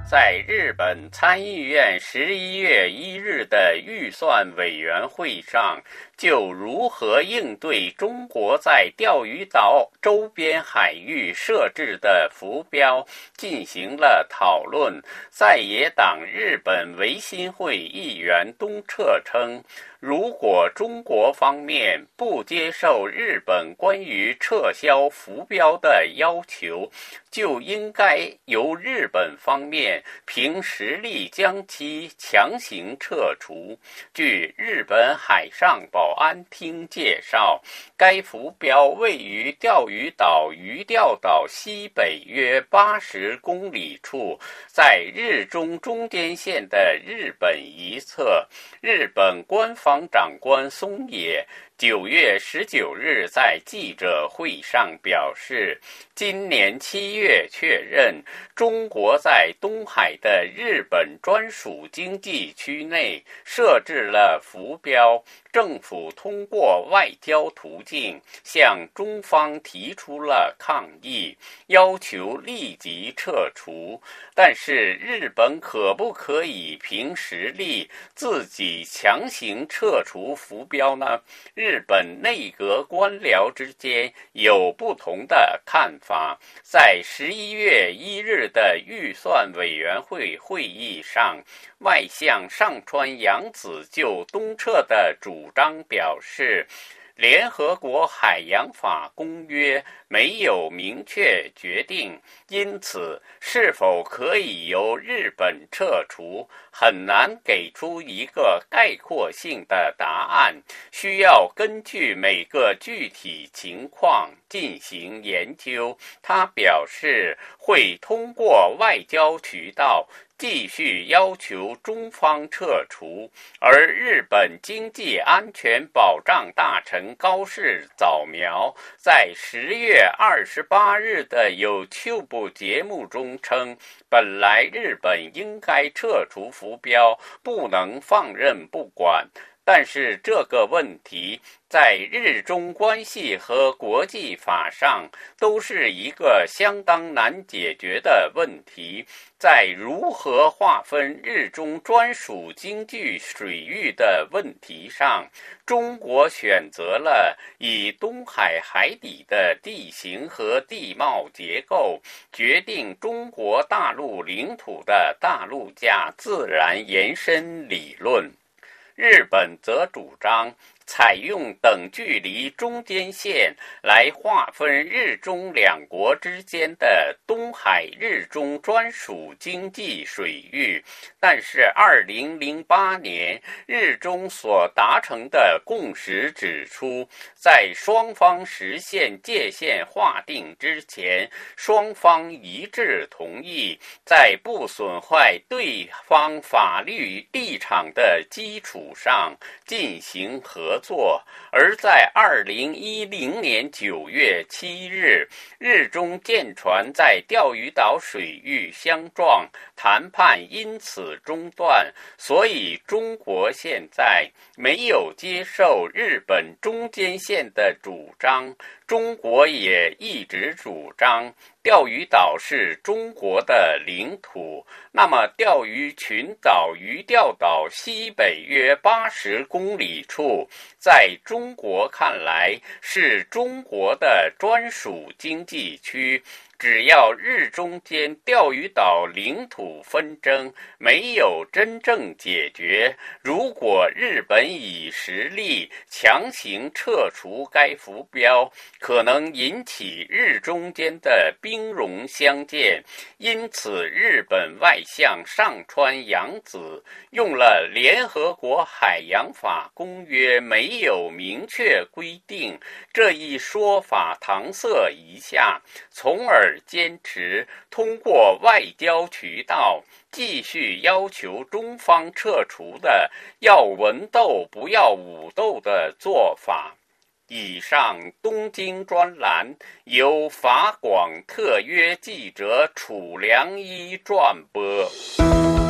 在日本参议院11月1日的预算委员会上，就如何应对中国在钓鱼岛周边海域设置的浮标进行了讨论。在野党日本维新会议员东彻称，如果中国方面不接受日本关于撤销浮标的要求，就应该由日本方面凭实力将其强行撤除。据日本海上保安厅介绍，该浮标位于钓鱼岛鱼钓岛西北约80公里处，在日中中间线的日本一侧。日本官方长官松野9月19日在记者会上表示，今年7月确认，中国在东海的日本专属经济区内设置了浮标，政府通过外交途径向中方提出了抗议，要求立即撤除。但是日本可不可以凭实力自己强行撤除浮标呢？日本内阁官僚之间有不同的看法。在11月1日的预算委员会会议上，外相上川洋子就东彻的主张表示，联合国海洋法公约没有明确决定，因此是否可以由日本撤除，很难给出一个概括性的答案，需要根据每个具体情况进行研究。他表示会通过外交渠道继续要求中方撤除，而日本经济安全保障大臣高市早苗在10月28日的 YouTube 节目中称，本来日本应该撤除浮标，不能放任不管。但是这个问题在日中关系和国际法上都是一个相当难解决的问题。在如何划分日中专属经济水域的问题上，中国选择了以东海海底的地形和地貌结构决定中国大陆领土的大陆架自然延伸理论。日本则主张采用等距离中间线来划分日中两国之间的东海日中专属经济水域，但是2008年日中所达成的共识指出，在双方实现界限划定之前，双方一致同意在不损坏对方法律立场的基础上进行合作。而在2010年9月7日，日中舰船在钓鱼岛水域相撞，谈判因此中断，所以中国现在没有接受日本中间线的主张。中国也一直主张钓鱼岛是中国的领土，那么钓鱼群岛鱼钓岛西北约80公里处，在中国看来是中国的专属经济区。只要日中间钓鱼岛领土纷争没有真正解决，如果日本以实力强行撤除该浮标，可能引起日中间的兵戎相见。因此日本外相上川洋子用了联合国海洋法公约没有明确规定这一说法搪塞一下，从而坚持通过外交渠道继续要求中方撤除的要文斗不要武斗的做法。以上东京专栏由法广特约记者楚良一转播。